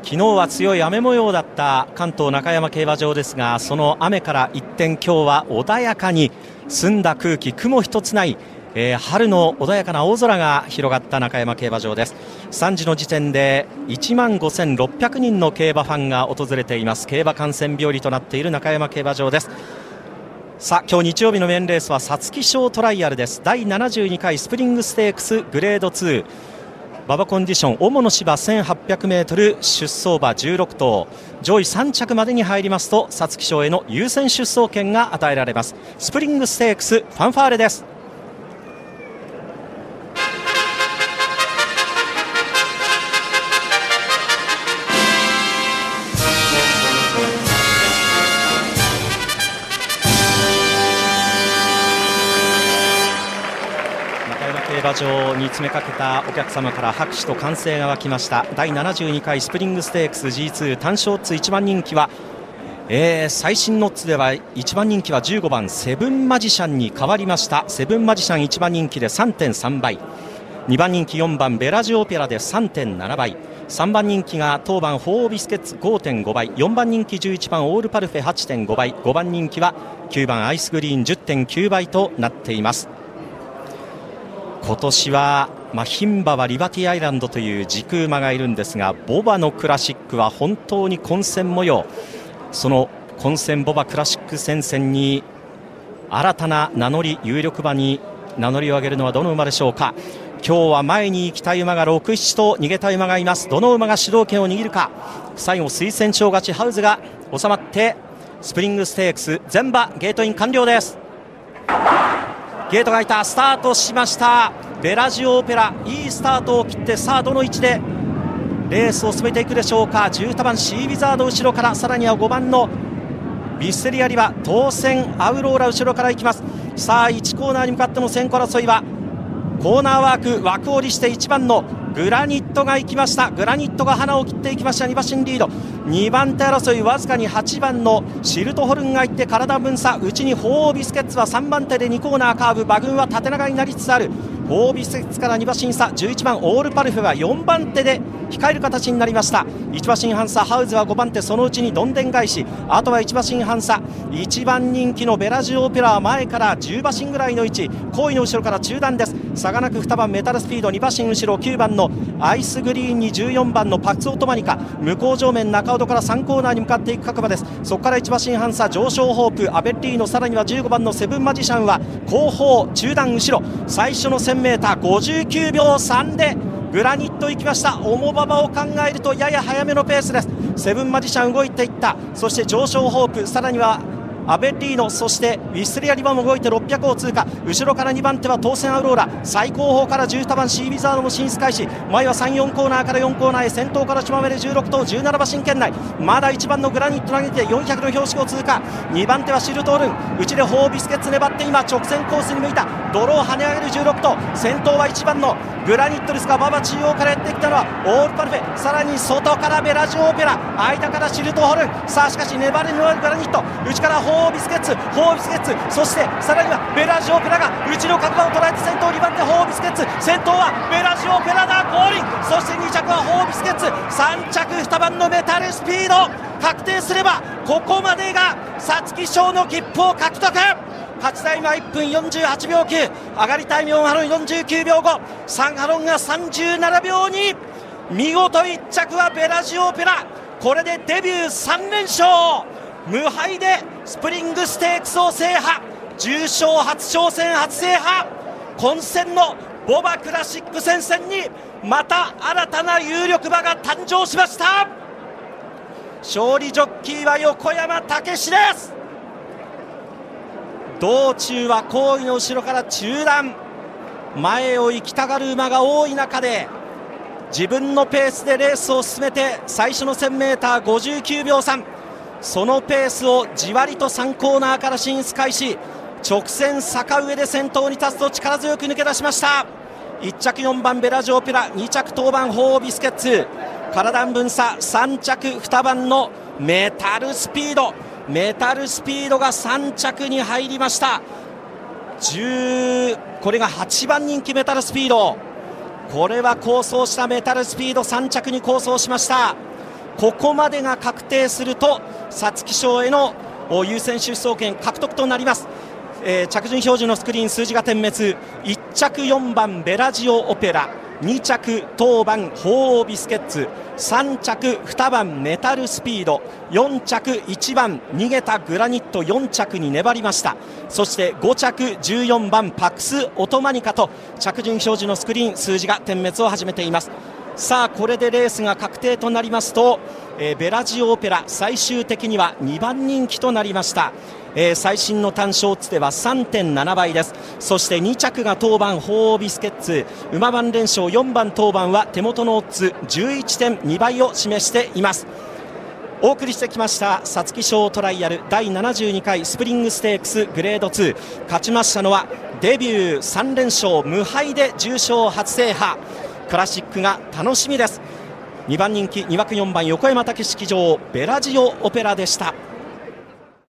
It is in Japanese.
昨日は強い雨模様だった関東中山競馬場ですが、その雨から一転、今日は穏やかに澄んだ空気、雲一つない、春の穏やかな青空が広がった中山競馬場です。3時の時点で15,600人の競馬ファンが訪れています。競馬観戦日和となっている中山競馬場です。さあ、今日日曜日のメインレースは皐月賞トライアルです。第72回スプリングステークスグレード2、馬場コンディション、主の芝 1800m 出走馬16頭、上位3着までに入りますと皐月賞への優先出走権が与えられます。スプリングステークスファンファーレです。競馬場に詰めかけたお客様から拍手と歓声が沸きました。第72回スプリングステークス G2 単勝オッズ1番人気は、最新のオッズでは1番人気は15番セブンマジシャンに変わりました。セブンマジシャン1番人気で 3.3 倍、2番人気4番ベラジオペラで 3.7 倍、3番人気が当番フォービスケッツ 5.5 倍、4番人気11番オールパルフェ 8.5 倍、5番人気は9番アイスグリーン 10.9 倍となっています。今年は、牝馬はリバティアイランドという軸馬がいるんですが、ボバのクラシックは本当に混戦模様。その混戦ボバクラシック戦線に新たな名乗り、有力馬に名乗りを上げるのはどの馬でしょうか。今日は前に行きたい馬が6、7頭、逃げたい馬がいます。どの馬が主導権を握るか。最後推薦賞勝ちハウズが収まってスプリングステークス全馬ゲートイン完了です。ゲートが開いた、スタートしました。ベラジオオペラ、いいスタートを切って、さあどの位置でレースを進めていくでしょうか。17番シーウィザード後ろから、さらには5番のビッセリアリバ、当選アウローラ後ろから行きます。さあ1コーナーに向かっての先行争いはコーナー枠折りして1番のグラニットが行きました。グラニットが花を切っていきました。2馬身リード、2番手争いわずかに8番のシルトホルンが行って体分差、内にフォービスケッツは3番手で2コーナーカーブ、馬群は縦長になりつつある。フォービスケッツから2馬身差、11番オールパルフェは4番手で控える形になりました。1馬身半差、ハウズは5番手、そのうちにどんでん返し、あとは1馬身半差、1番人気のベラジオオペラは前から10馬身ぐらいの位置、後位の後ろから中段です。差がなく2番メタルスピード、2馬身後ろ9番のアイスグリーンに14番のパッツオトマニカ、向こう上面中尾から3コーナーに向かっていく各馬です。そこから1馬身半差、上昇ホープ、アベッリーノ、さらには15番のセブンマジシャンは後方中段後ろ、最初の 1000m59 秒3でグラニット行きました。重馬場を考えるとやや早めのペースです。セブンマジシャン動いていった。そして上昇ホープ、さらにはアベッリーノ、そしてウィステリアリバも動いて600を通過。後ろから2番手は当選アウローラ、最後方から17番シーウィザードも進出開始。前は3、4コーナーから4コーナーへ、先頭からしまめで16頭17馬身圏内、まだ1番のグラニット投げて400の標識を通過。2番手はシルトールン、内でホービスケッツ粘って今直線コースに向いた。泥を跳ね上げる16頭、先頭は1番のグラニットですが、馬場中央からやってきたのはオールパルフェ、さらに外からベラジオオペラ、間からシルトホルン。さあしかし粘りのあるグラニット、内からホービスケッツ、そしてさらにはベラジオペラが内の角馬を捉えて先頭、2番手ホービスケッツ、先頭はベラジオペラだ、ゴールイン。そして2着はホービスケッツ、3着2番のメタルスピード、確定すればここまでが皐月賞の切符を獲得。勝ちタイムは1分48秒9、上がりタイム4ハロン49秒5、3ハロンが37秒2。見事1着はベラジオペラ、これでデビュー3連勝、無敗でスプリングステークスを制覇、重賞初挑戦初制覇。混戦のボバクラシック戦線にまた新たな有力馬が誕生しました。勝利ジョッキーは横山武史です。道中は後位の後ろから中段、前を行きたがる馬が多い中で自分のペースでレースを進めて、最初の 1000m59 秒3、そのペースをじわりと3コーナーから進出開始、直線坂上で先頭に立つと力強く抜け出しました。1着4番ベラジオペラ、2着当番ホービスケッツ、体分差、3着2番のメタルスピード、が3着に入りました。これが8番人気メタルスピード、これは好走したメタルスピード3着に好走しました。 ここまでが確定すると皐月賞への優先出走権獲得となります。着順表示のスクリーン数字が点滅。1着4番ベラジオオペラ、2着当番鳳凰ビスケッツ、3着2番メタルスピード、4着1番逃げたグラニット、4着に粘りました。そして5着14番パクスオトマニカと着順表示のスクリーン数字が点滅を始めています。さあこれでレースが確定となりますと、ベラジオオペラ最終的には2番人気となりました。最新の単勝オッズでは 3.7 倍です。そして2着が当番鳳凰ビスケッツ、馬番連勝4番当番は手元のオッズ 11.2 倍を示しています。お送りしてきました皐月賞トライアル第72回スプリングステークスグレード2、勝ちましたのはデビュー3連勝無敗で重賞初制覇、クラシックが楽しみです。2番人気2枠4番横山武史騎乗ベラジオオペラでした。